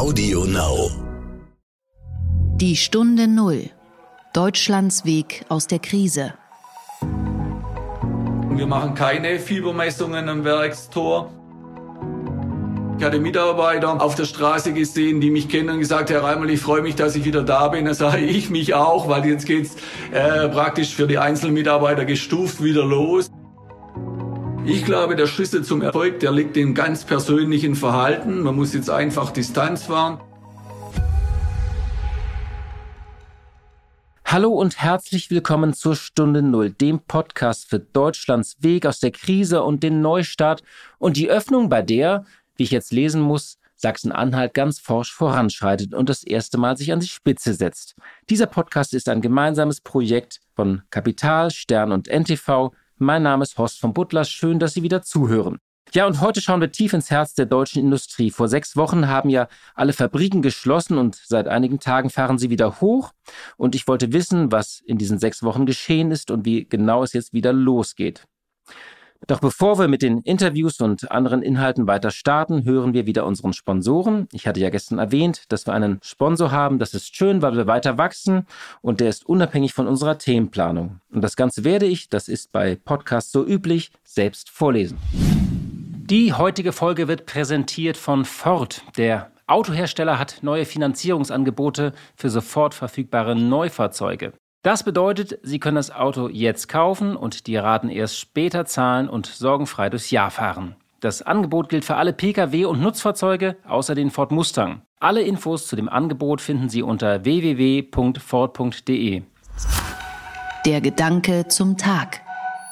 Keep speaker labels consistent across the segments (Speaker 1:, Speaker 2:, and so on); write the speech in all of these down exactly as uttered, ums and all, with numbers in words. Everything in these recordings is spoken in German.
Speaker 1: Audio Now.
Speaker 2: Die Stunde Null. Deutschlands Weg aus der Krise.
Speaker 3: Wir machen keine Fiebermessungen am Werkstor. Ich hatte Mitarbeiter auf der Straße gesehen, die mich kennen und gesagt, Herr Reimerl, ich freue mich, dass ich wieder da bin. Da sage ich mich auch, weil jetzt geht's äh, praktisch für die einzelnen Mitarbeiter gestuft wieder los. Ich glaube, der Schlüssel zum Erfolg, der liegt im ganz persönlichen Verhalten. Man muss jetzt einfach Distanz wahren.
Speaker 4: Hallo und herzlich willkommen zur Stunde Null, dem Podcast für Deutschlands Weg aus der Krise und den Neustart und die Öffnung, bei der, wie ich jetzt lesen muss, Sachsen-Anhalt ganz forsch voranschreitet und das erste Mal sich an die Spitze setzt. Dieser Podcast ist ein gemeinsames Projekt von Kapital, Stern und N T V. Mein Name ist Horst von Butler. Schön, dass Sie wieder zuhören. Ja, und heute schauen wir tief ins Herz der deutschen Industrie. Vor sechs Wochen haben ja alle Fabriken geschlossen und seit einigen Tagen fahren sie wieder hoch. Und ich wollte wissen, was in diesen sechs Wochen geschehen ist und wie genau es jetzt wieder losgeht. Doch bevor wir mit den Interviews und anderen Inhalten weiter starten, hören wir wieder unseren Sponsoren. Ich hatte ja gestern erwähnt, dass wir einen Sponsor haben. Das ist schön, weil wir weiter wachsen und der ist unabhängig von unserer Themenplanung. Und das Ganze werde ich, das ist bei Podcasts so üblich, selbst vorlesen. Die heutige Folge wird präsentiert von Ford. Der Autohersteller hat neue Finanzierungsangebote für sofort verfügbare Neufahrzeuge. Das bedeutet, Sie können das Auto jetzt kaufen und die Raten erst später zahlen und sorgenfrei durchs Jahr fahren. Das Angebot gilt für alle Pkw und Nutzfahrzeuge, außer den Ford Mustang. Alle Infos zu dem Angebot finden Sie unter w w w punkt ford punkt d e.
Speaker 2: Der Gedanke zum Tag.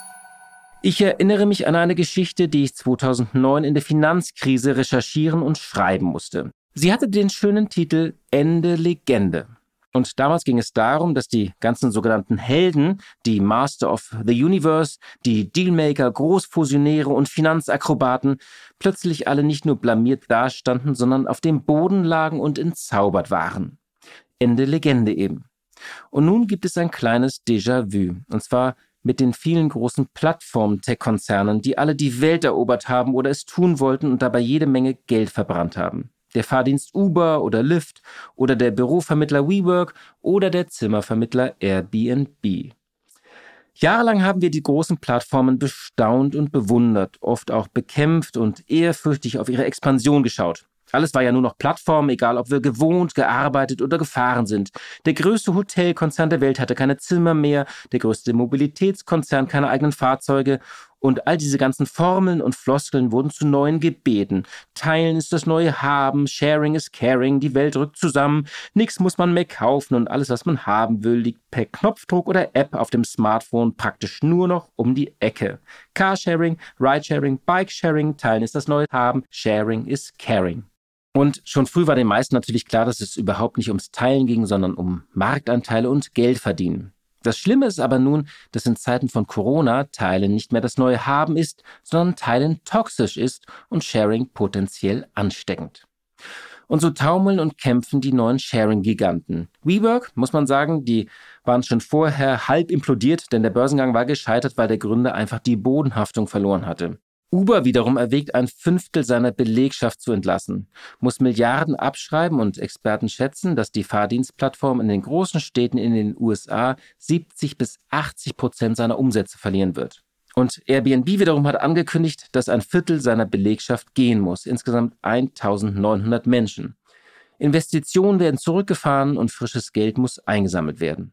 Speaker 4: Ich erinnere mich an eine Geschichte, die ich zweitausendneun in der Finanzkrise recherchieren und schreiben musste. Sie hatte den schönen Titel Ende Legende. Und damals ging es darum, dass die ganzen sogenannten Helden, die Master of the Universe, die Dealmaker, Großfusionäre und Finanzakrobaten, plötzlich alle nicht nur blamiert dastanden, sondern auf dem Boden lagen und entzaubert waren. Ende Legende eben. Und nun gibt es ein kleines Déjà-vu, und zwar mit den vielen großen Plattform-Tech-Konzernen, die alle die Welt erobert haben oder es tun wollten und dabei jede Menge Geld verbrannt haben. Der Fahrdienst Uber oder Lyft oder der Bürovermittler WeWork oder der Zimmervermittler Airbnb. Jahrelang haben wir die großen Plattformen bestaunt und bewundert, oft auch bekämpft und ehrfürchtig auf ihre Expansion geschaut. Alles war ja nur noch Plattform, egal ob wir gewohnt, gearbeitet oder gefahren sind. Der größte Hotelkonzern der Welt hatte keine Zimmer mehr, der größte Mobilitätskonzern keine eigenen Fahrzeuge und all diese ganzen Formeln und Floskeln wurden zu neuen Gebeten. Teilen ist das neue Haben, Sharing is Caring, die Welt rückt zusammen, nichts muss man mehr kaufen und alles, was man haben will, liegt per Knopfdruck oder App auf dem Smartphone praktisch nur noch um die Ecke. Carsharing, Ridesharing, Bikesharing, Teilen ist das neue Haben, Sharing is Caring. Und schon früh war den meisten natürlich klar, dass es überhaupt nicht ums Teilen ging, sondern um Marktanteile und Geld verdienen. Das Schlimme ist aber nun, dass in Zeiten von Corona Teilen nicht mehr das neue Haben ist, sondern Teilen toxisch ist und Sharing potenziell ansteckend. Und so taumeln und kämpfen die neuen Sharing-Giganten. WeWork, muss man sagen, die waren schon vorher halb implodiert, denn der Börsengang war gescheitert, weil der Gründer einfach die Bodenhaftung verloren hatte. Uber wiederum erwägt, ein Fünftel seiner Belegschaft zu entlassen, muss Milliarden abschreiben und Experten schätzen, dass die Fahrdienstplattform in den großen Städten in den U S A siebzig bis achtzig Prozent seiner Umsätze verlieren wird. Und Airbnb wiederum hat angekündigt, dass ein Viertel seiner Belegschaft gehen muss, insgesamt eintausendneunhundert Menschen. Investitionen werden zurückgefahren und frisches Geld muss eingesammelt werden.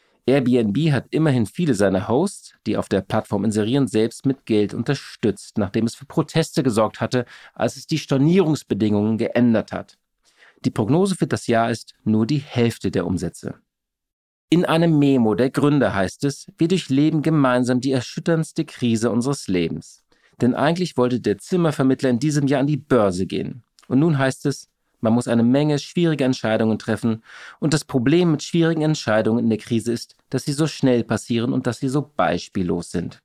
Speaker 4: Airbnb hat immerhin viele seiner Hosts, die auf der Plattform inserieren, selbst mit Geld unterstützt, nachdem es für Proteste gesorgt hatte, als es die Stornierungsbedingungen geändert hat. Die Prognose für das Jahr ist nur die Hälfte der Umsätze. In einem Memo der Gründer heißt es, wir durchleben gemeinsam die erschütterndste Krise unseres Lebens. Denn eigentlich wollte der Zimmervermittler in diesem Jahr an die Börse gehen. Und nun heißt es, man muss eine Menge schwierige Entscheidungen treffen und das Problem mit schwierigen Entscheidungen in der Krise ist, dass sie so schnell passieren und dass sie so beispiellos sind.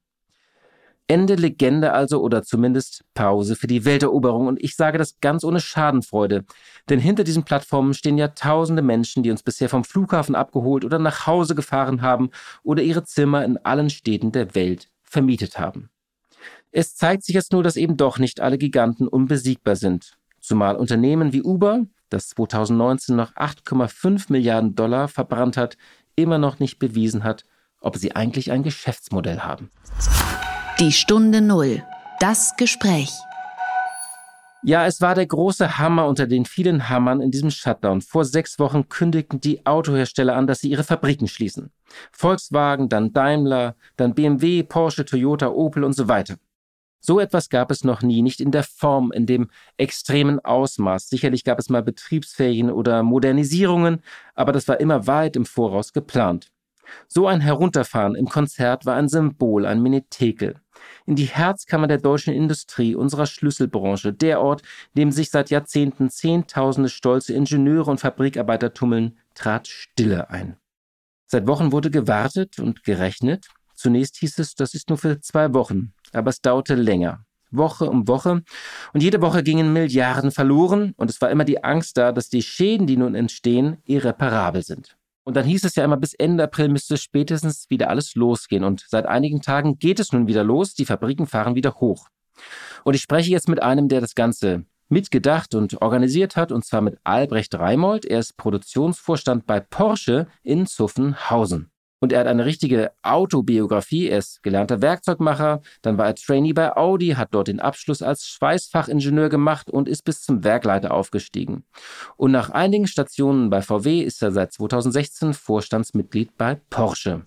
Speaker 4: Ende Legende also oder zumindest Pause für die Welteroberung und ich sage das ganz ohne Schadenfreude, denn hinter diesen Plattformen stehen ja tausende Menschen, die uns bisher vom Flughafen abgeholt oder nach Hause gefahren haben oder ihre Zimmer in allen Städten der Welt vermietet haben. Es zeigt sich jetzt nur, dass eben doch nicht alle Giganten unbesiegbar sind. Zumal Unternehmen wie Uber das zweitausendneunzehn noch acht Komma fünf Milliarden Dollar verbrannt hat, immer noch nicht bewiesen hat, ob sie eigentlich ein Geschäftsmodell haben.
Speaker 2: Die Stunde Null. Das Gespräch.
Speaker 4: Ja, es war der große Hammer unter den vielen Hammern in diesem Shutdown. Vor sechs Wochen kündigten die Autohersteller an, dass sie ihre Fabriken schließen. Volkswagen, dann Daimler, dann B M W, Porsche, Toyota, Opel und so weiter. So etwas gab es noch nie, nicht in der Form, in dem extremen Ausmaß. Sicherlich gab es mal Betriebsferien oder Modernisierungen, aber das war immer weit im Voraus geplant. So ein Herunterfahren im Konzert war ein Symbol, ein Menetekel. In die Herzkammer der deutschen Industrie, unserer Schlüsselbranche, der Ort, in dem sich seit Jahrzehnten Zehntausende stolze Ingenieure und Fabrikarbeiter tummeln, trat Stille ein. Seit Wochen wurde gewartet und gerechnet. Zunächst hieß es, das ist nur für zwei Wochen, aber es dauerte länger. Woche um Woche. Und jede Woche gingen Milliarden verloren und es war immer die Angst da, dass die Schäden, die nun entstehen, irreparabel sind. Und dann hieß es ja immer, bis Ende April müsste spätestens wieder alles losgehen. Und seit einigen Tagen geht es nun wieder los, die Fabriken fahren wieder hoch. Und ich spreche jetzt mit einem, der das Ganze mitgedacht und organisiert hat, und zwar mit Albrecht Reimold. Er ist Produktionsvorstand bei Porsche in Zuffenhausen. Und er hat eine richtige Autobiografie. Er ist gelernter Werkzeugmacher, dann war er Trainee bei Audi, hat dort den Abschluss als Schweißfachingenieur gemacht und ist bis zum Werkleiter aufgestiegen. Und nach einigen Stationen bei V W ist er seit zweitausendsechzehn Vorstandsmitglied bei Porsche.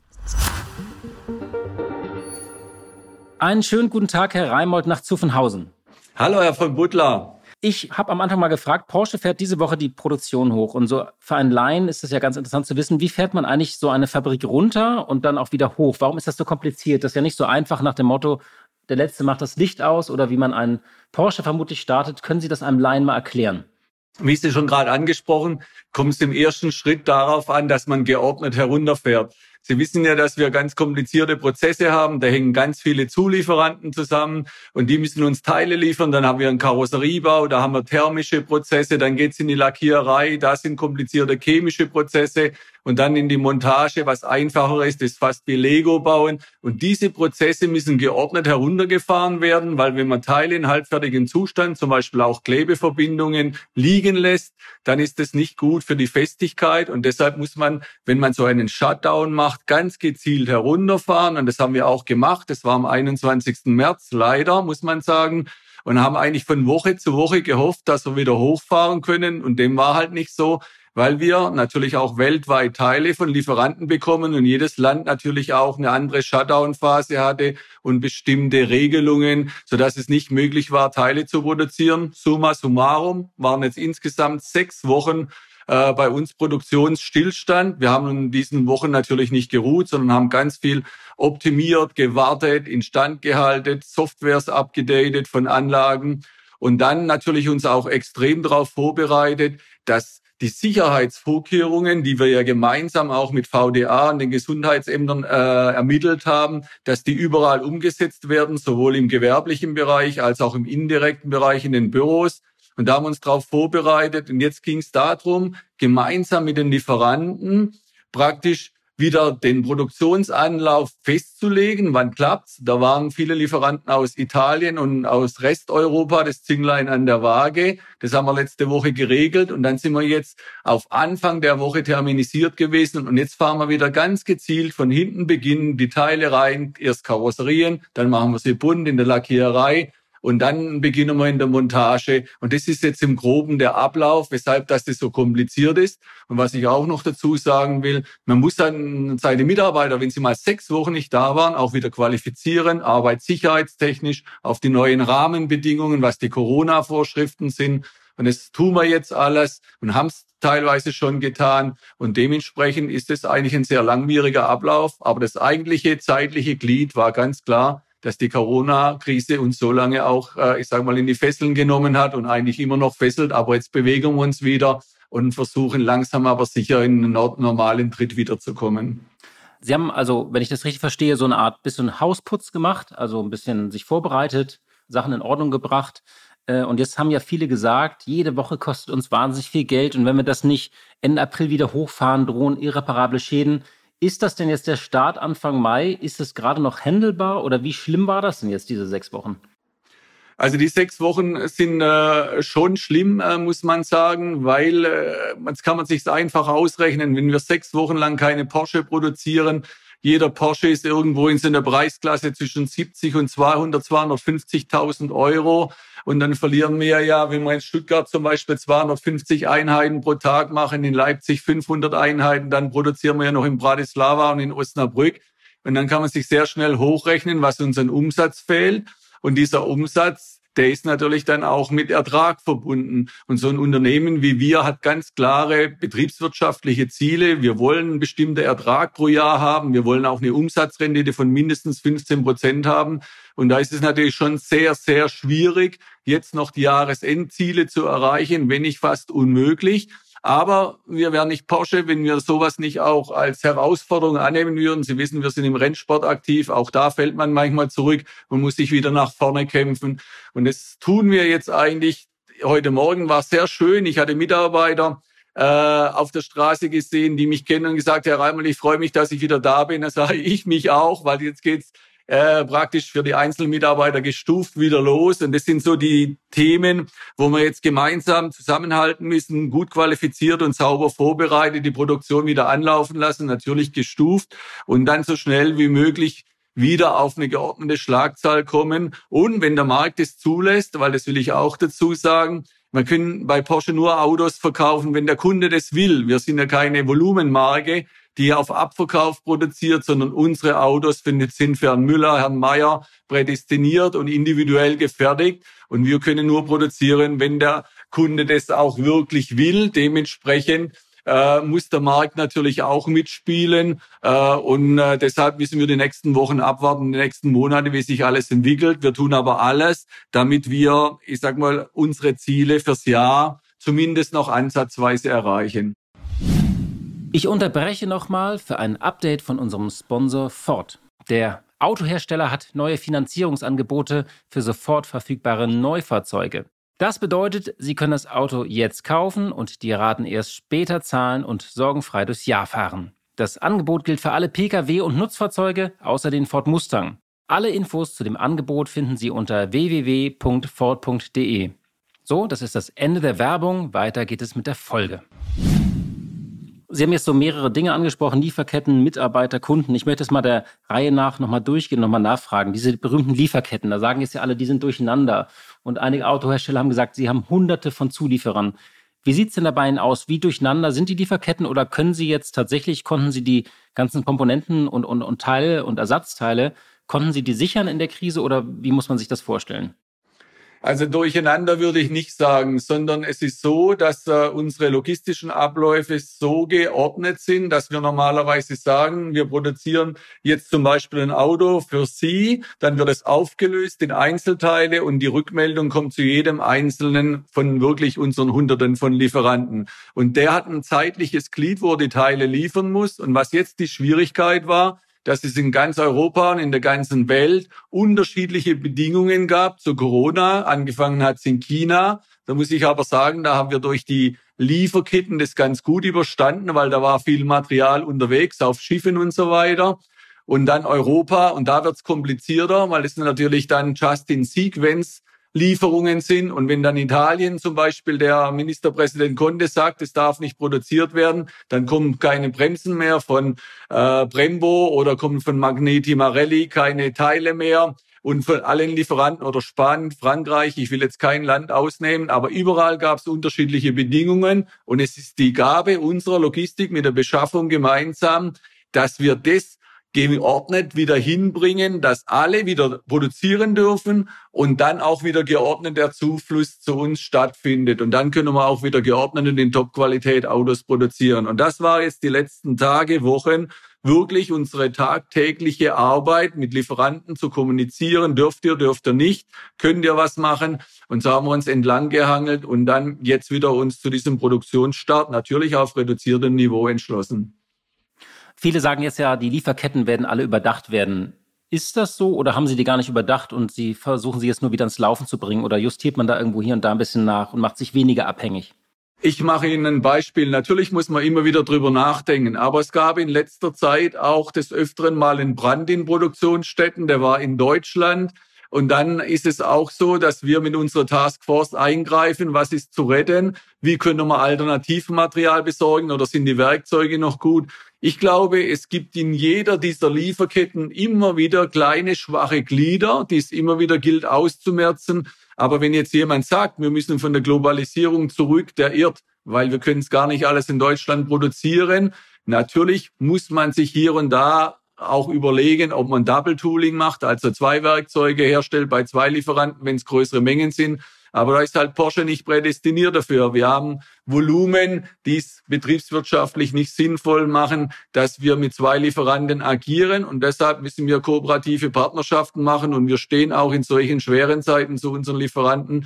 Speaker 4: Einen schönen guten Tag, Herr Reimold, nach Zuffenhausen.
Speaker 3: Hallo, Herr von Butler.
Speaker 4: Ich habe am Anfang mal gefragt, Porsche fährt diese Woche die Produktion hoch. Und so für einen Laien ist es ja ganz interessant zu wissen, wie fährt man eigentlich so eine Fabrik runter und dann auch wieder hoch? Warum ist das so kompliziert? Das ist ja nicht so einfach nach dem Motto, der Letzte macht das Licht aus oder wie man einen Porsche vermutlich startet. Können Sie das einem Laien mal erklären?
Speaker 3: Wie Sie schon gerade angesprochen, kommt es im ersten Schritt darauf an, dass man geordnet herunterfährt. Sie wissen ja, dass wir ganz komplizierte Prozesse haben. Da hängen ganz viele Zulieferanten zusammen und die müssen uns Teile liefern. Dann haben wir einen Karosseriebau, da haben wir thermische Prozesse, dann geht's in die Lackiererei, da sind komplizierte chemische Prozesse und dann in die Montage, was einfacher ist, ist fast wie Lego bauen. Und diese Prozesse müssen geordnet heruntergefahren werden, weil wenn man Teile in halbfertigem Zustand, zum Beispiel auch Klebeverbindungen, liegen lässt, dann ist das nicht gut für die Festigkeit. Und deshalb muss man, wenn man so einen Shutdown macht, ganz gezielt herunterfahren. Und das haben wir auch gemacht. Das war am einundzwanzigsten März, leider, muss man sagen. Und haben eigentlich von Woche zu Woche gehofft, dass wir wieder hochfahren können. Und dem war halt nicht so, weil wir natürlich auch weltweit Teile von Lieferanten bekommen und jedes Land natürlich auch eine andere Shutdown-Phase hatte und bestimmte Regelungen, sodass es nicht möglich war, Teile zu produzieren. Summa summarum waren jetzt insgesamt sechs Wochen äh, bei uns Produktionsstillstand. Wir haben in diesen Wochen natürlich nicht geruht, sondern haben ganz viel optimiert, gewartet, instand gehalten, Softwares abgedatet von Anlagen und dann natürlich uns auch extrem darauf vorbereitet, dass die Sicherheitsvorkehrungen, die wir ja gemeinsam auch mit V D A und den Gesundheitsämtern äh, ermittelt haben, dass die überall umgesetzt werden, sowohl im gewerblichen Bereich als auch im indirekten Bereich in den Büros. Und da haben wir uns darauf vorbereitet. Und jetzt ging es darum, gemeinsam mit den Lieferanten praktisch wieder den Produktionsanlauf festzulegen. Wann klappt's? Da waren viele Lieferanten aus Italien und aus Resteuropa, das Zünglein an der Waage. Das haben wir letzte Woche geregelt und dann sind wir jetzt auf Anfang der Woche terminisiert gewesen und jetzt fahren wir wieder ganz gezielt von hinten beginnen, die Teile rein, erst Karosserien, dann machen wir sie bunt in der Lackiererei. Und dann beginnen wir in der Montage. Und das ist jetzt im Groben der Ablauf, weshalb das so kompliziert ist. Und was ich auch noch dazu sagen will, man muss dann seine Mitarbeiter, wenn sie mal sechs Wochen nicht da waren, auch wieder qualifizieren, arbeitssicherheitstechnisch auf die neuen Rahmenbedingungen, was die Corona-Vorschriften sind. Und das tun wir jetzt alles und haben es teilweise schon getan. Und dementsprechend ist es eigentlich ein sehr langwieriger Ablauf. Aber das eigentliche zeitliche Glied war ganz klar, dass die Corona-Krise uns so lange auch, ich sage mal, in die Fesseln genommen hat und eigentlich immer noch fesselt. Aber jetzt bewegen wir uns wieder und versuchen langsam aber sicher in einen normalen Tritt wiederzukommen.
Speaker 4: Sie haben also, wenn ich das richtig verstehe, so eine Art bisschen Hausputz gemacht, also ein bisschen sich vorbereitet, Sachen in Ordnung gebracht. Und jetzt haben ja viele gesagt, jede Woche kostet uns wahnsinnig viel Geld. Und wenn wir das nicht Ende April wieder hochfahren, drohen irreparable Schäden. Ist das denn jetzt der Start Anfang Mai? Ist es gerade noch handelbar oder wie schlimm war das denn jetzt, diese sechs Wochen?
Speaker 3: Also die sechs Wochen sind äh, schon schlimm, äh, muss man sagen, weil äh, jetzt kann man sich einfach ausrechnen, wenn wir sechs Wochen lang keine Porsche produzieren. Jeder Porsche ist irgendwo in so einer Preisklasse zwischen siebzig und zweihundert, zweihundertfünfzigtausend Euro. Und dann verlieren wir ja, wenn wir in Stuttgart zum Beispiel zweihundertfünfzig Einheiten pro Tag machen, in Leipzig fünfhundert Einheiten, dann produzieren wir ja noch in Bratislava und in Osnabrück. Und dann kann man sich sehr schnell hochrechnen, was uns an Umsatz fehlt. Und dieser Umsatz, der ist natürlich dann auch mit Ertrag verbunden. Und so ein Unternehmen wie wir hat ganz klare betriebswirtschaftliche Ziele. Wir wollen einen bestimmten Ertrag pro Jahr haben. Wir wollen auch eine Umsatzrendite von mindestens fünfzehn Prozent haben. Und da ist es natürlich schon sehr, sehr schwierig, jetzt noch die Jahresendziele zu erreichen, wenn nicht fast unmöglich. Aber wir wären nicht Porsche, wenn wir sowas nicht auch als Herausforderung annehmen würden. Sie wissen, wir sind im Rennsport aktiv. Auch da fällt man manchmal zurück und muss sich wieder nach vorne kämpfen. Und das tun wir jetzt eigentlich. Heute Morgen war es sehr schön. Ich hatte Mitarbeiter äh, auf der Straße gesehen, die mich kennen und gesagt, Herr Reimerl, ich freue mich, dass ich wieder da bin. Da sage ich mich auch, weil jetzt geht's Äh, praktisch für die Einzelmitarbeiter gestuft wieder los. Und das sind so die Themen, wo wir jetzt gemeinsam zusammenhalten müssen, gut qualifiziert und sauber vorbereitet, die Produktion wieder anlaufen lassen, natürlich gestuft und dann so schnell wie möglich wieder auf eine geordnete Schlagzahl kommen. Und wenn der Markt es zulässt, weil das will ich auch dazu sagen, man kann bei Porsche nur Autos verkaufen, wenn der Kunde das will. Wir sind ja keine Volumenmarke, die auf Abverkauf produziert, sondern unsere Autos sind für Herrn Müller, Herrn Mayer prädestiniert und individuell gefertigt. Und wir können nur produzieren, wenn der Kunde das auch wirklich will. Dementsprechend äh, muss der Markt natürlich auch mitspielen. Äh, und äh, deshalb müssen wir die nächsten Wochen abwarten, die nächsten Monate, wie sich alles entwickelt. Wir tun aber alles, damit wir, ich sag mal, unsere Ziele fürs Jahr zumindest noch ansatzweise erreichen.
Speaker 4: Ich unterbreche nochmal für ein Update von unserem Sponsor Ford. Der Autohersteller hat neue Finanzierungsangebote für sofort verfügbare Neufahrzeuge. Das bedeutet, Sie können das Auto jetzt kaufen und die Raten erst später zahlen und sorgenfrei durchs Jahr fahren. Das Angebot gilt für alle Pkw und Nutzfahrzeuge außer den Ford Mustang. Alle Infos zu dem Angebot finden Sie unter w w w punkt ford punkt d e. So, das ist das Ende der Werbung. Weiter geht es mit der Folge. Sie haben jetzt so mehrere Dinge angesprochen, Lieferketten, Mitarbeiter, Kunden. Ich möchte es mal der Reihe nach nochmal durchgehen, nochmal nachfragen. Diese berühmten Lieferketten, da sagen jetzt ja alle, die sind durcheinander. Und einige Autohersteller haben gesagt, sie haben hunderte von Zulieferern. Wie sieht es denn dabei aus? Wie durcheinander sind die Lieferketten? Oder können Sie jetzt tatsächlich, konnten Sie die ganzen Komponenten und, und, und Teile und Ersatzteile, konnten Sie die sichern in der Krise? Oder wie muss man sich das vorstellen?
Speaker 3: Also durcheinander würde ich nicht sagen, sondern es ist so, dass äh, unsere logistischen Abläufe so geordnet sind, dass wir normalerweise sagen, wir produzieren jetzt zum Beispiel ein Auto für Sie, dann wird es aufgelöst in Einzelteile und die Rückmeldung kommt zu jedem Einzelnen von wirklich unseren Hunderten von Lieferanten. Und der hat ein zeitliches Glied, wo er die Teile liefern muss. Und was jetzt die Schwierigkeit war, dass es in ganz Europa und in der ganzen Welt unterschiedliche Bedingungen gab zu Corona. Angefangen hat es in China. Da muss ich aber sagen, da haben wir durch die Lieferketten das ganz gut überstanden, weil da war viel Material unterwegs auf Schiffen und so weiter. Und dann Europa, und da wird's komplizierter, weil es natürlich dann Just-in-Sequence Lieferungen sind. Und wenn dann Italien zum Beispiel der Ministerpräsident Conte sagt, es darf nicht produziert werden, dann kommen keine Bremsen mehr von äh, Brembo oder kommen von Magneti Marelli keine Teile mehr. Und von allen Lieferanten oder Spanien, Frankreich, ich will jetzt kein Land ausnehmen, aber überall gab es unterschiedliche Bedingungen. Und es ist die Gabe unserer Logistik mit der Beschaffung gemeinsam, dass wir das geordnet wieder hinbringen, dass alle wieder produzieren dürfen und dann auch wieder geordnet der Zufluss zu uns stattfindet. Und dann können wir auch wieder geordnet und in Top-Qualität Autos produzieren. Und das war jetzt die letzten Tage, Wochen wirklich unsere tagtägliche Arbeit, mit Lieferanten zu kommunizieren. Dürft ihr, dürft ihr nicht? Könnt ihr was machen? Und so haben wir uns entlang gehangelt und dann jetzt wieder uns zu diesem Produktionsstart natürlich auf reduziertem Niveau entschlossen.
Speaker 4: Viele sagen jetzt ja, die Lieferketten werden alle überdacht werden. Ist das so oder haben Sie die gar nicht überdacht und Sie versuchen sie jetzt nur wieder ins Laufen zu bringen oder justiert man da irgendwo hier und da ein bisschen nach und macht sich weniger abhängig?
Speaker 3: Ich mache Ihnen ein Beispiel. Natürlich muss man immer wieder drüber nachdenken, aber es gab in letzter Zeit auch des Öfteren mal einen Brand in Produktionsstätten, der war in Deutschland. Und dann ist es auch so, dass wir mit unserer Taskforce eingreifen. Was ist zu retten? Wie können wir Alternativmaterial besorgen oder sind die Werkzeuge noch gut? Ich glaube, es gibt in jeder dieser Lieferketten immer wieder kleine, schwache Glieder, die es immer wieder gilt auszumerzen. Aber wenn jetzt jemand sagt, wir müssen von der Globalisierung zurück, der irrt, weil wir können es gar nicht alles in Deutschland produzieren. Natürlich muss man sich hier und da auch überlegen, ob man Double Tooling macht, also zwei Werkzeuge herstellt bei zwei Lieferanten, wenn es größere Mengen sind. Aber da ist halt Porsche nicht prädestiniert dafür. Wir haben Volumen, die es betriebswirtschaftlich nicht sinnvoll machen, dass wir mit zwei Lieferanten agieren. Und deshalb müssen wir kooperative Partnerschaften machen. Und wir stehen auch in solchen schweren Zeiten zu unseren Lieferanten.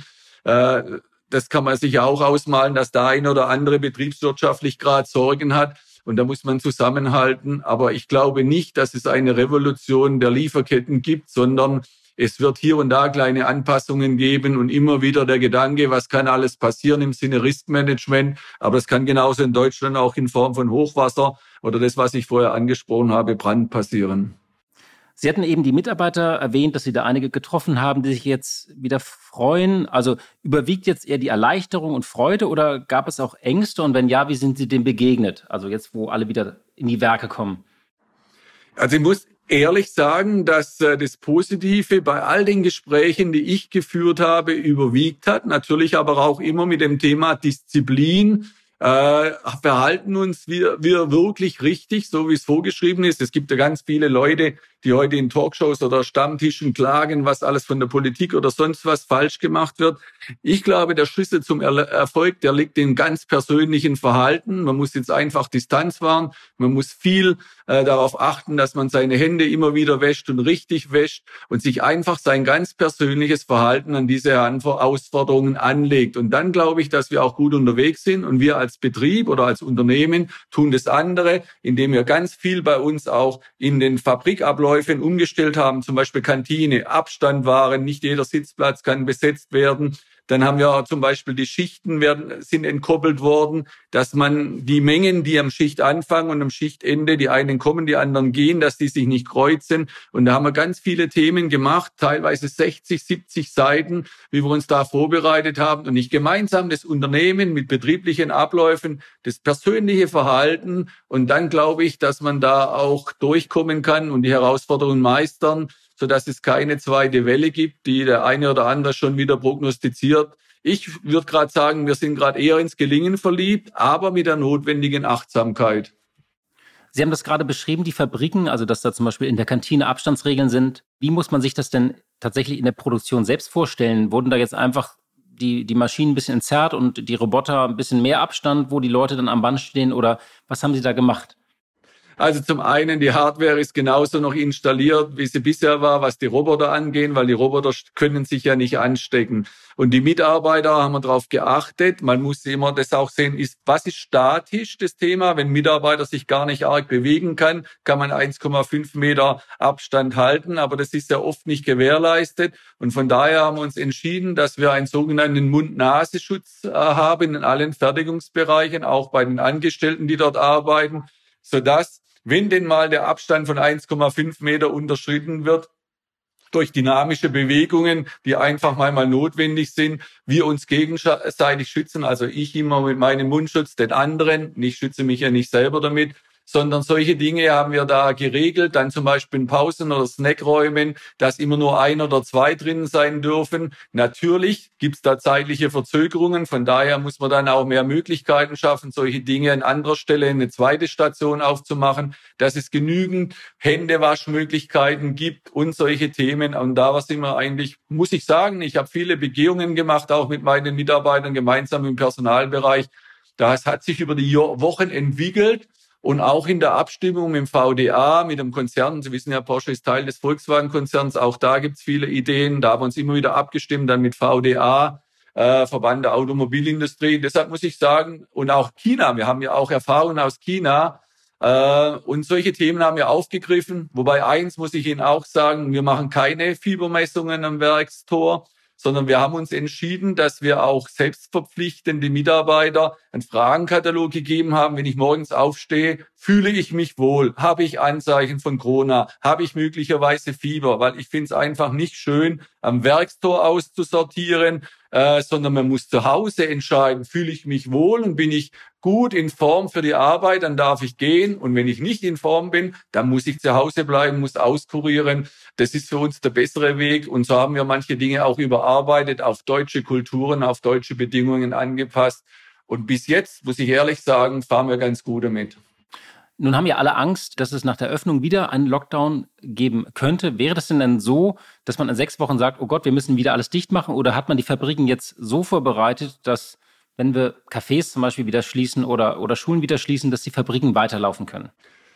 Speaker 3: Das kann man sich auch ausmalen, dass der ein oder andere betriebswirtschaftlich gerade Sorgen hat. Und da muss man zusammenhalten. Aber ich glaube nicht, dass es eine Revolution der Lieferketten gibt, sondern es wird hier und da kleine Anpassungen geben und immer wieder der Gedanke, was kann alles passieren im Sinne Riskmanagement. Aber es kann genauso in Deutschland auch in Form von Hochwasser oder das, was ich vorher angesprochen habe, Brand passieren.
Speaker 4: Sie hatten eben die Mitarbeiter erwähnt, dass Sie da einige getroffen haben, die sich jetzt wieder freuen. Also überwiegt jetzt eher die Erleichterung und Freude oder gab es auch Ängste? Und wenn ja, wie sind Sie dem begegnet? Also jetzt, wo alle wieder in die Werke kommen.
Speaker 3: Also ich muss ehrlich sagen, dass äh, das Positive bei all den Gesprächen, die ich geführt habe, überwiegt hat. Natürlich aber auch immer mit dem Thema Disziplin. Äh, verhalten uns wir, wir wirklich richtig, so wie es vorgeschrieben ist. Es gibt ja ganz viele Leute, die heute in Talkshows oder Stammtischen klagen, was alles von der Politik oder sonst was falsch gemacht wird. Ich glaube, der Schlüssel zum er- Erfolg, der liegt im ganz persönlichen Verhalten. Man muss jetzt einfach Distanz wahren. Man muss viel äh, darauf achten, dass man seine Hände immer wieder wäscht und richtig wäscht und sich einfach sein ganz persönliches Verhalten an diese Herausforderungen anlegt. Und dann glaube ich, dass wir auch gut unterwegs sind und wir als Betrieb oder als Unternehmen tun das andere, indem wir ganz viel bei uns auch in den Fabrikabläufen umgestellt haben, zum Beispiel Kantine, Abstand wahren, nicht jeder Sitzplatz kann besetzt werden. Dann haben wir zum Beispiel die Schichten werden, sind entkoppelt worden, dass man die Mengen, die am Schicht anfangen und am Schichtende, die einen kommen, die anderen gehen, dass die sich nicht kreuzen. Und da haben wir ganz viele Themen gemacht, teilweise sechzig, siebzig Seiten, wie wir uns da vorbereitet haben. Und nicht gemeinsam das Unternehmen mit betrieblichen Abläufen, das persönliche Verhalten. Und dann glaube ich, dass man da auch durchkommen kann und die Herausforderungen meistern, sodass es keine zweite Welle gibt, die der eine oder andere schon wieder prognostiziert. Ich würde gerade sagen, wir sind gerade eher ins Gelingen verliebt, aber mit der notwendigen Achtsamkeit.
Speaker 4: Sie haben das gerade beschrieben, die Fabriken, also dass da zum Beispiel in der Kantine Abstandsregeln sind. Wie muss man sich das denn tatsächlich in der Produktion selbst vorstellen? Wurden da jetzt einfach die, die Maschinen ein bisschen entzerrt und die Roboter ein bisschen mehr Abstand, wo die Leute dann am Band stehen? Oder was haben Sie da gemacht?
Speaker 3: Also zum einen, die Hardware ist genauso noch installiert, wie sie bisher war, was die Roboter angehen, weil die Roboter können sich ja nicht anstecken. Und die Mitarbeiter haben wir darauf geachtet. Man muss immer das auch sehen, ist, was ist statisch, das Thema? Wenn ein Mitarbeiter sich gar nicht arg bewegen kann, kann man eins Komma fünf Meter Abstand halten. Aber das ist ja oft nicht gewährleistet. Und von daher haben wir uns entschieden, dass wir einen sogenannten Mund-Nasenschutz äh, haben in allen Fertigungsbereichen, auch bei den Angestellten, die dort arbeiten, sodass, wenn denn mal der Abstand von eins Komma fünf Meter unterschritten wird, durch dynamische Bewegungen, die einfach mal, mal notwendig sind, wir uns gegenseitig schützen. Also ich immer mit meinem Mundschutz, den anderen. Ich schütze mich ja nicht selber damit, sondern solche Dinge haben wir da geregelt. Dann zum Beispiel in Pausen oder Snackräumen, dass immer nur ein oder zwei drin sein dürfen. Natürlich gibt's da zeitliche Verzögerungen. Von daher muss man dann auch mehr Möglichkeiten schaffen, solche Dinge an anderer Stelle eine zweite Station aufzumachen, dass es genügend Händewaschmöglichkeiten gibt und solche Themen. Und da sind wir eigentlich, muss ich sagen, ich habe viele Begehungen gemacht, auch mit meinen Mitarbeitern gemeinsam im Personalbereich. Das hat sich über die Wochen entwickelt. Und auch in der Abstimmung mit dem V D A, mit dem Konzern, Sie wissen ja, Porsche ist Teil des Volkswagen-Konzerns, auch da gibt's viele Ideen. Da haben wir uns immer wieder abgestimmt, dann mit V D A, äh, Verband der Automobilindustrie. Deshalb muss ich sagen, und auch China, wir haben ja auch Erfahrungen aus China, äh, und solche Themen haben wir aufgegriffen. Wobei eins muss ich Ihnen auch sagen, wir machen keine Fiebermessungen am Werkstor, sondern wir haben uns entschieden, dass wir auch selbstverpflichtende Mitarbeiter einen Fragenkatalog gegeben haben. Wenn ich morgens aufstehe, fühle ich mich wohl? Habe ich Anzeichen von Corona? Habe ich möglicherweise Fieber? Weil ich finde es einfach nicht schön, am Werkstor auszusortieren, äh, sondern man muss zu Hause entscheiden, fühle ich mich wohl und bin ich gut in Form für die Arbeit, dann darf ich gehen. Und wenn ich nicht in Form bin, dann muss ich zu Hause bleiben, muss auskurieren. Das ist für uns der bessere Weg. Und so haben wir manche Dinge auch überarbeitet, auf deutsche Kulturen, auf deutsche Bedingungen angepasst. Und bis jetzt, muss ich ehrlich sagen, fahren wir ganz gut damit.
Speaker 4: Nun haben ja alle Angst, dass es nach der Öffnung wieder einen Lockdown geben könnte. Wäre das denn dann so, dass man in sechs Wochen sagt, oh Gott, wir müssen wieder alles dicht machen? Oder hat man die Fabriken jetzt so vorbereitet, dass, wenn wir Cafés zum Beispiel wieder schließen oder, oder Schulen wieder schließen, dass die Fabriken weiterlaufen können?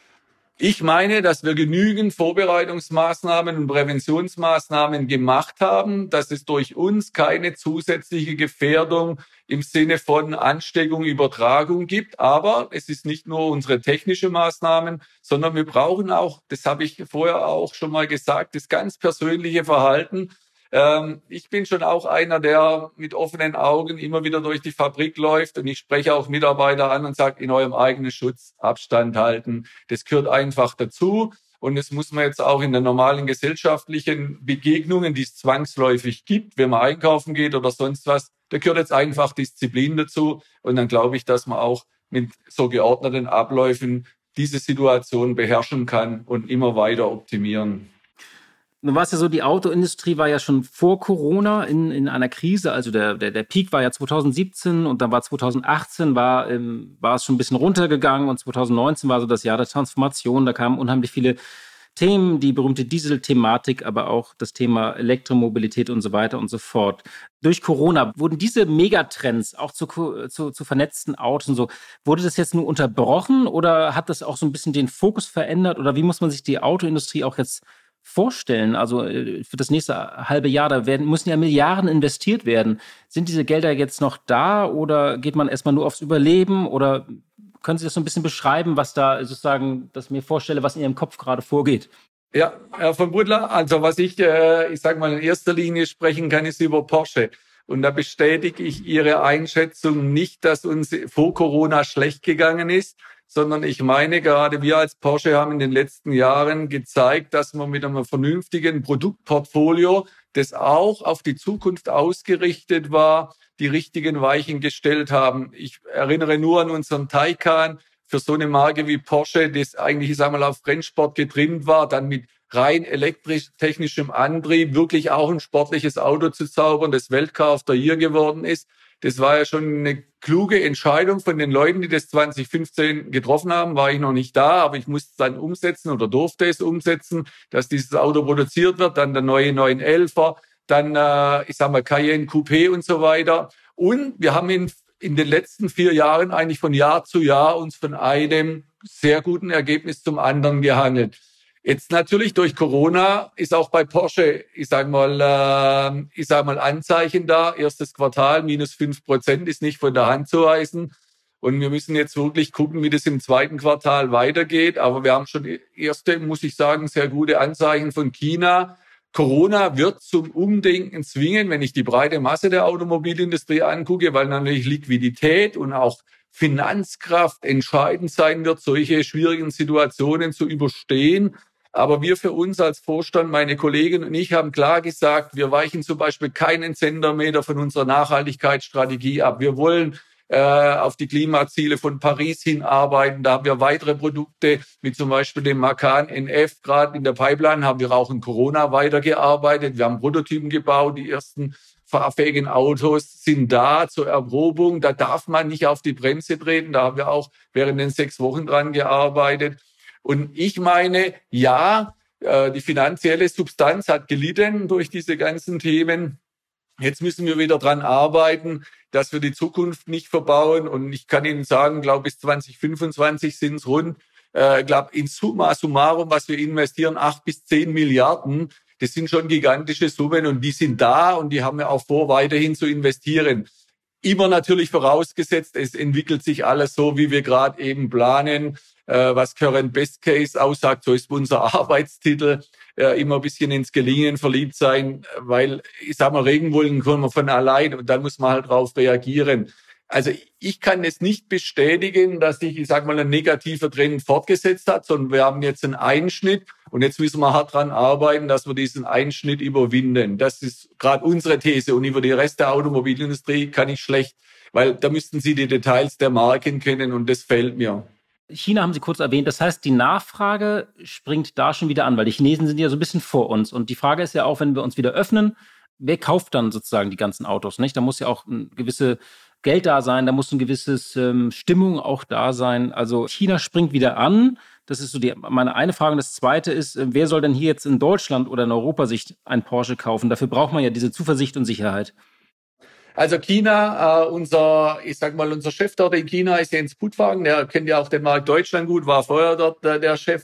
Speaker 3: Ich meine, dass wir genügend Vorbereitungsmaßnahmen und Präventionsmaßnahmen gemacht haben, dass es durch uns keine zusätzliche Gefährdung im Sinne von Ansteckung, Übertragung gibt. Aber es ist nicht nur unsere technische Maßnahmen, sondern wir brauchen auch, das habe ich vorher auch schon mal gesagt, das ganz persönliche Verhalten. Ähm, ich bin schon auch einer, der mit offenen Augen immer wieder durch die Fabrik läuft und ich spreche auch Mitarbeiter an und sage, in eurem eigenen Schutz Abstand halten. Das gehört einfach dazu und das muss man jetzt auch in den normalen gesellschaftlichen Begegnungen, die es zwangsläufig gibt, wenn man einkaufen geht oder sonst was, da gehört jetzt einfach Disziplin dazu und dann glaube ich, dass man auch mit so geordneten Abläufen diese Situation beherrschen kann und immer weiter optimieren.
Speaker 4: Nun war es ja so, die Autoindustrie war ja schon vor Corona in, in einer Krise. Also der, der, der Peak war ja zwanzig siebzehn und dann war zwanzig achtzehn, war, ähm, war es schon ein bisschen runtergegangen und zwanzig neunzehn war so das Jahr der Transformation. Da kamen unheimlich viele Themen, die berühmte Diesel-Thematik, aber auch das Thema Elektromobilität und so weiter und so fort. Durch Corona wurden diese Megatrends auch zu, zu, zu vernetzten Autos und so, wurde das jetzt nur unterbrochen oder hat das auch so ein bisschen den Fokus verändert oder wie muss man sich die Autoindustrie auch jetzt vorstellen? Also für das nächste halbe Jahr, da werden, müssen ja Milliarden investiert werden. Sind diese Gelder jetzt noch da oder geht man erstmal nur aufs Überleben? Oder können Sie das so ein bisschen beschreiben, was da sozusagen, dass ich mir vorstelle, was in Ihrem Kopf gerade vorgeht?
Speaker 3: Ja, Herr von Butler, also was ich, äh, ich sage mal, in erster Linie sprechen kann, ist über Porsche. Und da bestätige ich Ihre Einschätzung nicht, dass uns vor Corona schlecht gegangen ist, sondern ich meine, gerade wir als Porsche haben in den letzten Jahren gezeigt, dass wir mit einem vernünftigen Produktportfolio, das auch auf die Zukunft ausgerichtet war, die richtigen Weichen gestellt haben. Ich erinnere nur an unseren Taycan, für so eine Marke wie Porsche, das eigentlich, ich sag mal, auf Rennsport getrimmt war, dann mit rein elektrisch-technischem Antrieb wirklich auch ein sportliches Auto zu zaubern, das Weltcar of the Year geworden ist. Das war ja schon eine kluge Entscheidung von den Leuten, die das zwanzig fünfzehn getroffen haben. War ich noch nicht da, aber ich musste es dann umsetzen oder durfte es umsetzen, dass dieses Auto produziert wird. Dann der neue neun elfer, dann, äh, ich sag mal, Cayenne Coupé und so weiter. Und wir haben in, in den letzten vier Jahren eigentlich von Jahr zu Jahr uns von einem sehr guten Ergebnis zum anderen gehandelt. Jetzt natürlich durch Corona ist auch bei Porsche, ich sag mal, äh, ich sag mal Anzeichen da. Erstes Quartal minus fünf Prozent ist nicht von der Hand zu weisen. Und wir müssen jetzt wirklich gucken, wie das im zweiten Quartal weitergeht. Aber wir haben schon erste, muss ich sagen, sehr gute Anzeichen von China. Corona wird zum Umdenken zwingen, wenn ich die breite Masse der Automobilindustrie angucke, weil natürlich Liquidität und auch Finanzkraft entscheidend sein wird, solche schwierigen Situationen zu überstehen. Aber wir für uns als Vorstand, meine Kollegen und ich, haben klar gesagt, wir weichen zum Beispiel keinen Zentimeter von unserer Nachhaltigkeitsstrategie ab. Wir wollen äh, auf die Klimaziele von Paris hinarbeiten. Da haben wir weitere Produkte, wie zum Beispiel den Macan N F. Gerade in der Pipeline haben wir auch in Corona weitergearbeitet. Wir haben Prototypen gebaut, die ersten fahrfähigen Autos sind da zur Erprobung. Da darf man nicht auf die Bremse treten. Da haben wir auch während den sechs Wochen dran gearbeitet. Und ich meine, ja, die finanzielle Substanz hat gelitten durch diese ganzen Themen. Jetzt müssen wir wieder dran arbeiten, dass wir die Zukunft nicht verbauen. Und ich kann Ihnen sagen, glaube bis zwanzig fünfundzwanzig sind es rund, äh, glaube in summa summarum, was wir investieren, acht bis zehn Milliarden. Das sind schon gigantische Summen und die sind da und die haben wir auch vor, weiterhin zu investieren. Immer natürlich vorausgesetzt, es entwickelt sich alles so, wie wir gerade eben planen, äh, was Current Best Case aussagt. So ist unser Arbeitstitel. Äh, immer ein bisschen ins Gelingen verliebt sein, weil, ich sag mal, Regenwolken können wir von allein und dann muss man halt drauf reagieren. Also ich kann es nicht bestätigen, dass sich, ich sag mal, ein negativer Trend fortgesetzt hat, sondern wir haben jetzt einen Einschnitt und jetzt müssen wir hart dran arbeiten, dass wir diesen Einschnitt überwinden. Das ist gerade unsere These und über die Rest der Automobilindustrie kann ich schlecht, weil da müssten Sie die Details der Marken kennen und das fehlt mir.
Speaker 4: China haben Sie kurz erwähnt. Das heißt, die Nachfrage springt da schon wieder an, weil die Chinesen sind ja so ein bisschen vor uns. Und die Frage ist ja auch, wenn wir uns wieder öffnen, wer kauft dann sozusagen die ganzen Autos, nicht? Da muss ja auch ein gewisse Geld da sein, da muss ein gewisses ähm, Stimmung auch da sein. Also China springt wieder an. Das ist so die, meine eine Frage. Und das zweite ist, äh, wer soll denn hier jetzt in Deutschland oder in Europa sich ein Porsche kaufen? Dafür braucht man ja diese Zuversicht und Sicherheit.
Speaker 3: Also China, äh, unser, ich sag mal, unser Chef dort in China ist Jens Putwagen, der kennt ja auch den Markt Deutschland gut, war vorher dort äh, der Chef.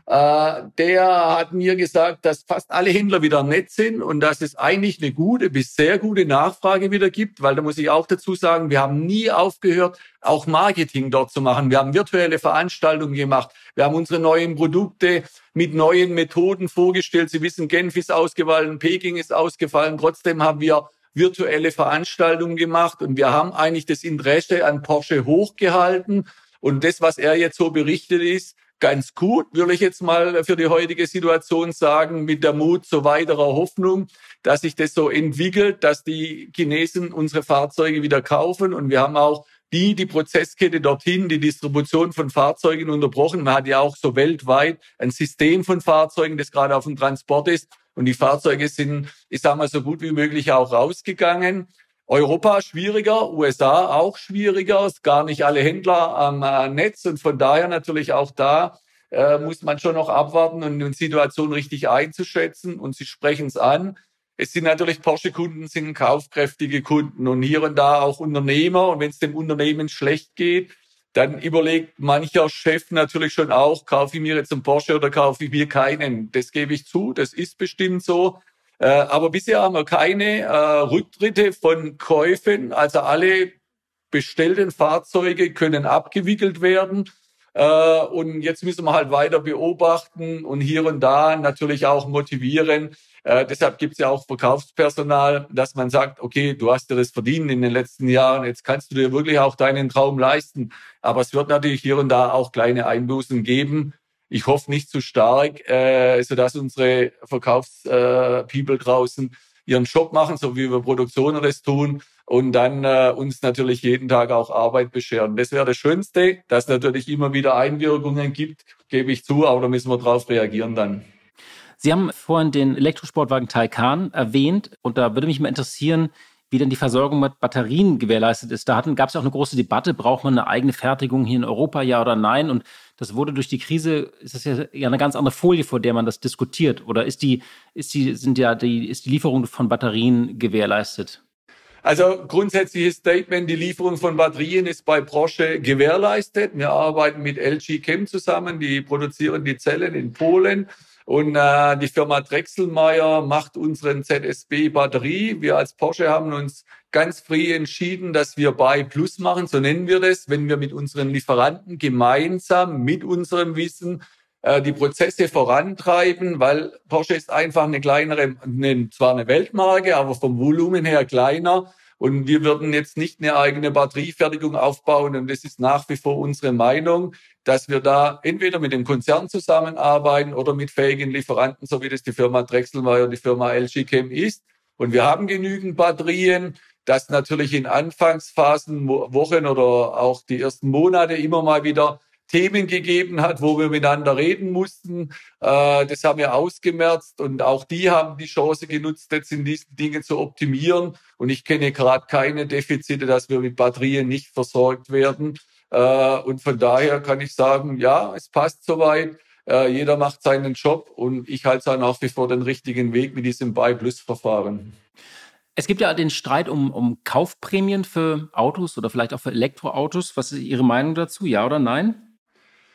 Speaker 3: Äh, der hat mir gesagt, dass fast alle Händler wieder nett sind und dass es eigentlich eine gute bis sehr gute Nachfrage wieder gibt, weil da muss ich auch dazu sagen, wir haben nie aufgehört, auch Marketing dort zu machen. Wir haben virtuelle Veranstaltungen gemacht. Wir haben unsere neuen Produkte mit neuen Methoden vorgestellt. Sie wissen, Genf ist ausgefallen, Peking ist ausgefallen. Trotzdem haben wir virtuelle Veranstaltungen gemacht und wir haben eigentlich das Interesse an Porsche hochgehalten. Und das, was er jetzt so berichtet, ist ganz gut, würde ich jetzt mal für die heutige Situation sagen, mit der Mut zu weiterer Hoffnung, dass sich das so entwickelt, dass die Chinesen unsere Fahrzeuge wieder kaufen. Und wir haben auch die, die Prozesskette dorthin, die Distribution von Fahrzeugen unterbrochen. Man hat ja auch so weltweit ein System von Fahrzeugen, das gerade auf dem Transport ist. Und die Fahrzeuge sind, ich sage mal, so gut wie möglich auch rausgegangen. Europa schwieriger, U S A auch schwieriger, ist gar nicht alle Händler am äh, Netz und von daher natürlich auch da äh, muss man schon noch abwarten und die Situation richtig einzuschätzen und Sie sprechen es an. Es sind natürlich Porsche-Kunden, sind kaufkräftige Kunden und hier und da auch Unternehmer und wenn es dem Unternehmen schlecht geht, dann überlegt mancher Chef natürlich schon auch, kaufe ich mir jetzt einen Porsche oder kaufe ich mir keinen. Das gebe ich zu, das ist bestimmt so. Äh, aber bisher haben wir keine äh, Rücktritte von Käufen. Also alle bestellten Fahrzeuge können abgewickelt werden. Äh, und jetzt müssen wir halt weiter beobachten und hier und da natürlich auch motivieren. Äh, deshalb gibt es ja auch Verkaufspersonal, dass man sagt, okay, du hast dir das verdient in den letzten Jahren, jetzt kannst du dir wirklich auch deinen Traum leisten. Aber es wird natürlich hier und da auch kleine Einbußen geben. Ich hoffe nicht zu stark, äh, sodass unsere Verkaufspeople äh, draußen ihren Job machen, so wie wir Produktioner das tun und dann äh, uns natürlich jeden Tag auch Arbeit bescheren. Das wäre das Schönste, dass es natürlich immer wieder Einwirkungen gibt, gebe ich zu, aber da müssen wir drauf reagieren dann.
Speaker 4: Sie haben vorhin den Elektrosportwagen Taycan erwähnt und da würde mich mal interessieren, wie denn die Versorgung mit Batterien gewährleistet ist. Da gab es ja auch eine große Debatte, braucht man eine eigene Fertigung hier in Europa, ja oder nein? Und das wurde durch die Krise, ist das ja, ja eine ganz andere Folie, vor der man das diskutiert. Oder ist die, ist die, sind ja die, ist die Lieferung von Batterien gewährleistet?
Speaker 3: Also grundsätzliches Statement, die Lieferung von Batterien ist bei Porsche gewährleistet. Wir arbeiten mit L G Chem zusammen, die produzieren die Zellen in Polen. Und äh, die Firma Drechselmeier macht unseren Z S B-Batterie. Wir als Porsche haben uns ganz früh entschieden, dass wir Buy Plus machen, so nennen wir das, wenn wir mit unseren Lieferanten gemeinsam mit unserem Wissen äh, die Prozesse vorantreiben, weil Porsche ist einfach eine kleinere, eine, zwar eine Weltmarke, aber vom Volumen her kleiner. Und wir würden jetzt nicht eine eigene Batteriefertigung aufbauen. Und das ist nach wie vor unsere Meinung, dass wir da entweder mit dem Konzern zusammenarbeiten oder mit fähigen Lieferanten, so wie das die Firma Drechselmeier, die Firma L G Chem ist. Und wir haben genügend Batterien, dass natürlich in Anfangsphasen, Wochen oder auch die ersten Monate immer mal wieder Themen gegeben hat, wo wir miteinander reden mussten. Äh, das haben wir ausgemerzt und auch die haben die Chance genutzt, jetzt in diesen Dingen zu optimieren. Und ich kenne gerade keine Defizite, dass wir mit Batterien nicht versorgt werden. Äh, und von daher kann ich sagen, ja, es passt soweit. Äh, jeder macht seinen Job und ich halte es nach wie vor den richtigen Weg mit diesem Buy-Plus-Verfahren.
Speaker 4: Es gibt ja den Streit um, um Kaufprämien für Autos oder vielleicht auch für Elektroautos. Was ist Ihre Meinung dazu, ja oder nein?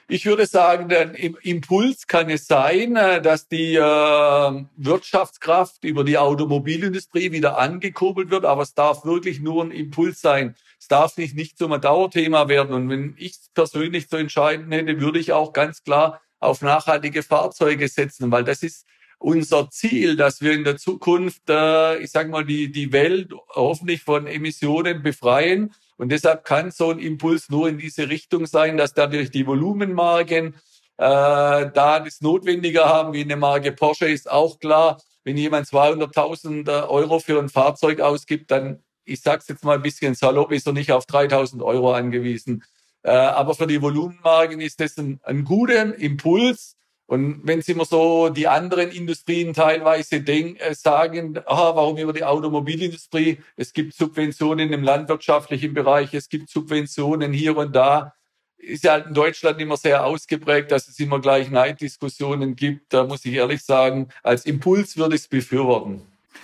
Speaker 3: Ich würde sagen, im Impuls kann es sein, dass die äh, Wirtschaftskraft über die Automobilindustrie wieder angekurbelt wird, aber es darf wirklich nur ein Impuls sein. Es darf nicht, nicht zum Dauerthema werden. Und wenn ich persönlich zu entscheiden hätte, würde ich auch ganz klar auf nachhaltige Fahrzeuge setzen, weil das ist unser Ziel, dass wir in der Zukunft, äh, ich sage mal, die die Welt hoffentlich von Emissionen befreien. Und deshalb kann so ein Impuls nur in diese Richtung sein, dass dadurch die Volumenmarken äh, da das Notwendiger haben, wie eine Marke Porsche, ist auch klar. Wenn jemand zweihunderttausend Euro für ein Fahrzeug ausgibt, dann, ich sag's jetzt mal ein bisschen salopp, ist er nicht auf dreitausend Euro angewiesen. Äh, aber für die Volumenmarken ist das ein, ein guter Impuls. Und wenn Sie immer so die anderen Industrien teilweise denk, äh, sagen, ah, warum über die Automobilindustrie? Es gibt Subventionen im landwirtschaftlichen Bereich, es gibt Subventionen hier und da. Ist ja halt in Deutschland immer sehr ausgeprägt, dass es immer gleich Neiddiskussionen gibt. Da muss ich ehrlich sagen, als Impuls würde ich es befürworten.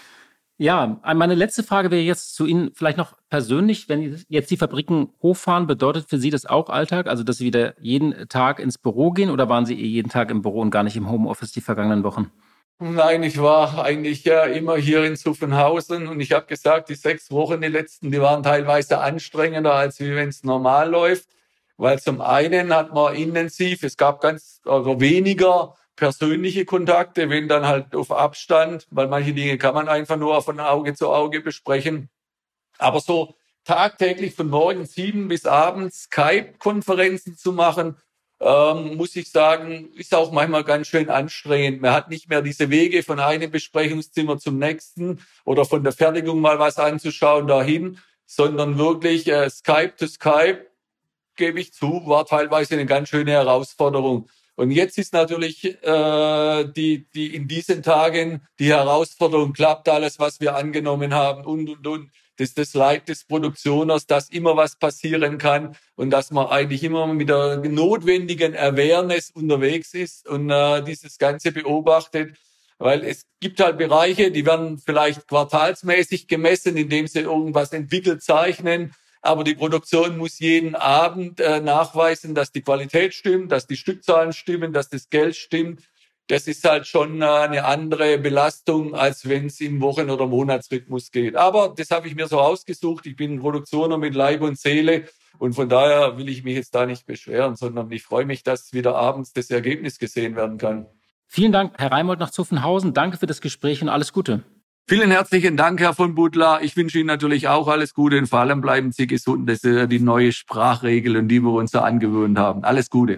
Speaker 4: Ja, meine letzte Frage wäre jetzt zu Ihnen vielleicht noch persönlich. Wenn jetzt die Fabriken hochfahren, bedeutet für Sie das auch Alltag? Also, dass Sie wieder jeden Tag ins Büro gehen oder waren Sie jeden Tag im Büro und gar nicht im Homeoffice die vergangenen Wochen?
Speaker 3: Nein, ich war eigentlich ja immer hier in Zuffenhausen und ich habe gesagt, die sechs Wochen, die letzten, die waren teilweise anstrengender, als wie wenn es normal läuft. Weil zum einen hat man intensiv, es gab ganz also weniger persönliche Kontakte, wenn dann halt auf Abstand, weil manche Dinge kann man einfach nur von Auge zu Auge besprechen. Aber so tagtäglich von morgens sieben bis abends Skype-Konferenzen zu machen, ähm, muss ich sagen, ist auch manchmal ganz schön anstrengend. Man hat nicht mehr diese Wege von einem Besprechungszimmer zum nächsten oder von der Fertigung mal was anzuschauen dahin, sondern wirklich äh, Skype to Skype, gebe ich zu, war teilweise eine ganz schöne Herausforderung. Und jetzt ist natürlich äh, die die in diesen Tagen die Herausforderung, klappt alles, was wir angenommen haben und und und. Das ist das Leid des Produktioners, dass immer was passieren kann und dass man eigentlich immer mit der notwendigen Awareness unterwegs ist und äh, dieses Ganze beobachtet. Weil es gibt halt Bereiche, die werden vielleicht quartalsmäßig gemessen, indem sie irgendwas entwickelt zeichnen. Aber die Produktion muss jeden Abend äh, nachweisen, dass die Qualität stimmt, dass die Stückzahlen stimmen, dass das Geld stimmt. Das ist halt schon äh, eine andere Belastung, als wenn es im Wochen- oder Monatsrhythmus geht. Aber das habe ich mir so ausgesucht. Ich bin ein Produktioner mit Leib und Seele und von daher will ich mich jetzt da nicht beschweren, sondern ich freue mich, dass wieder abends das Ergebnis gesehen werden kann.
Speaker 4: Vielen Dank, Herr Reimold nach Zuffenhausen. Danke für das Gespräch und alles Gute.
Speaker 3: Vielen herzlichen Dank, Herr von Butler. Ich wünsche Ihnen natürlich auch alles Gute und vor allem bleiben Sie gesund. Das ist ja die neue Sprachregel, an die wir uns so angewöhnt haben. Alles Gute.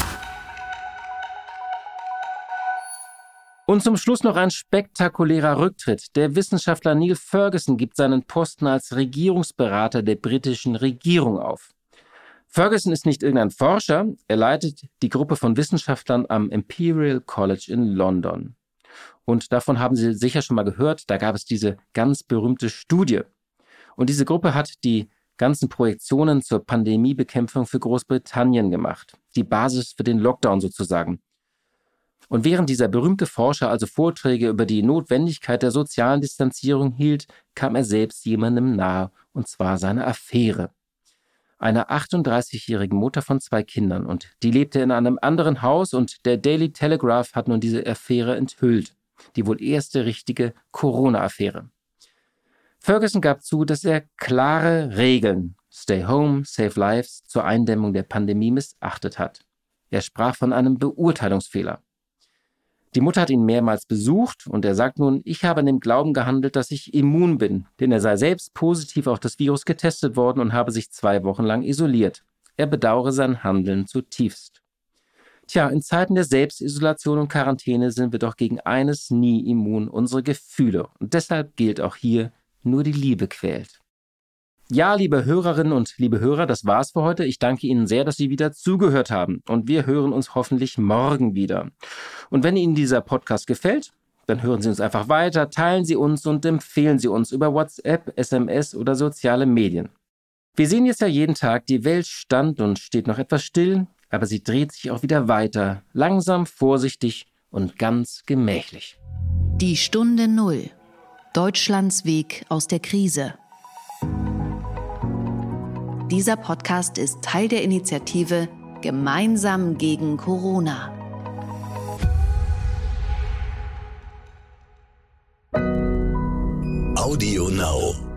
Speaker 4: Und zum Schluss noch ein spektakulärer Rücktritt. Der Wissenschaftler Neil Ferguson gibt seinen Posten als Regierungsberater der britischen Regierung auf. Ferguson ist nicht irgendein Forscher, er leitet die Gruppe von Wissenschaftlern am Imperial College in London. Und davon haben Sie sicher schon mal gehört, da gab es diese ganz berühmte Studie. Und diese Gruppe hat die ganzen Projektionen zur Pandemiebekämpfung für Großbritannien gemacht. Die Basis für den Lockdown sozusagen. Und während dieser berühmte Forscher also Vorträge über die Notwendigkeit der sozialen Distanzierung hielt, kam er selbst jemandem nahe, und zwar seiner Affäre. Einer achtunddreißigjährigen Mutter von zwei Kindern, und die lebte in einem anderen Haus, und der Daily Telegraph hat nun diese Affäre enthüllt. Die wohl erste richtige Corona-Affäre. Ferguson gab zu, dass er klare Regeln, Stay Home, Save Lives, zur Eindämmung der Pandemie missachtet hat. Er sprach von einem Beurteilungsfehler. Die Mutter hat ihn mehrmals besucht und er sagt nun, ich habe in dem Glauben gehandelt, dass ich immun bin, denn er sei selbst positiv auf das Virus getestet worden und habe sich zwei Wochen lang isoliert. Er bedauere sein Handeln zutiefst. Tja, in Zeiten der Selbstisolation und Quarantäne sind wir doch gegen eines nie immun, unsere Gefühle. Und deshalb gilt auch hier, nur die Liebe quält. Ja, liebe Hörerinnen und liebe Hörer, das war's für heute. Ich danke Ihnen sehr, dass Sie wieder zugehört haben. Und wir hören uns hoffentlich morgen wieder. Und wenn Ihnen dieser Podcast gefällt, dann hören Sie uns einfach weiter, teilen Sie uns und empfehlen Sie uns über WhatsApp, S M S oder soziale Medien. Wir sehen jetzt ja jeden Tag, die Welt stand und steht noch etwas still, aber sie dreht sich auch wieder weiter, langsam, vorsichtig und ganz gemächlich.
Speaker 2: Die Stunde Null. Deutschlands Weg aus der Krise. Dieser Podcast ist Teil der Initiative Gemeinsam gegen Corona.
Speaker 1: Audio Now.